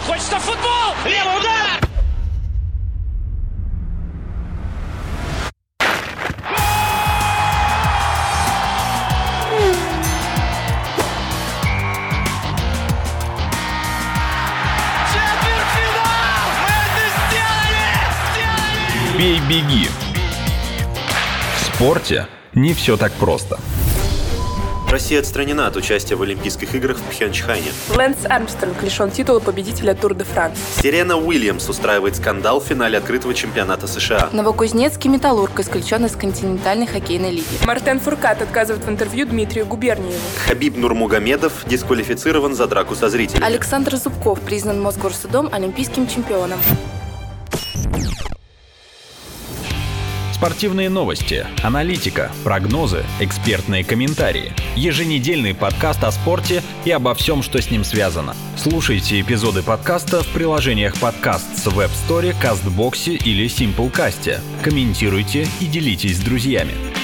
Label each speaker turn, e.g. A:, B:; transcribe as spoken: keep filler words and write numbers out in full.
A: Хочется футбол! Левый удар! Четвертьфинал! Мы это сделали! Сделали!
B: Бей-беги. В спорте не все так просто.
C: Россия отстранена от участия в Олимпийских играх в Пхенчхане.
D: Лэнс Армстронг лишен титула победителя Тур де Франс.
C: Серена Уильямс устраивает скандал в финале открытого чемпионата США.
D: Новокузнецкий «Металлург» исключен из континентальной хоккейной лиги. Мартен Фуркат отказывает в интервью Дмитрию Губерниеву.
C: Хабиб Нурмугамедов дисквалифицирован за драку со зрителями.
D: Александр Зубков признан Мосгорсудом олимпийским чемпионом.
B: Спортивные новости, аналитика, прогнозы, экспертные комментарии. Еженедельный подкаст о спорте и обо всем, что с ним связано. Слушайте эпизоды подкаста в приложениях подкаст с Web Store, Кастбоксе или Simplecast. Комментируйте и делитесь с друзьями.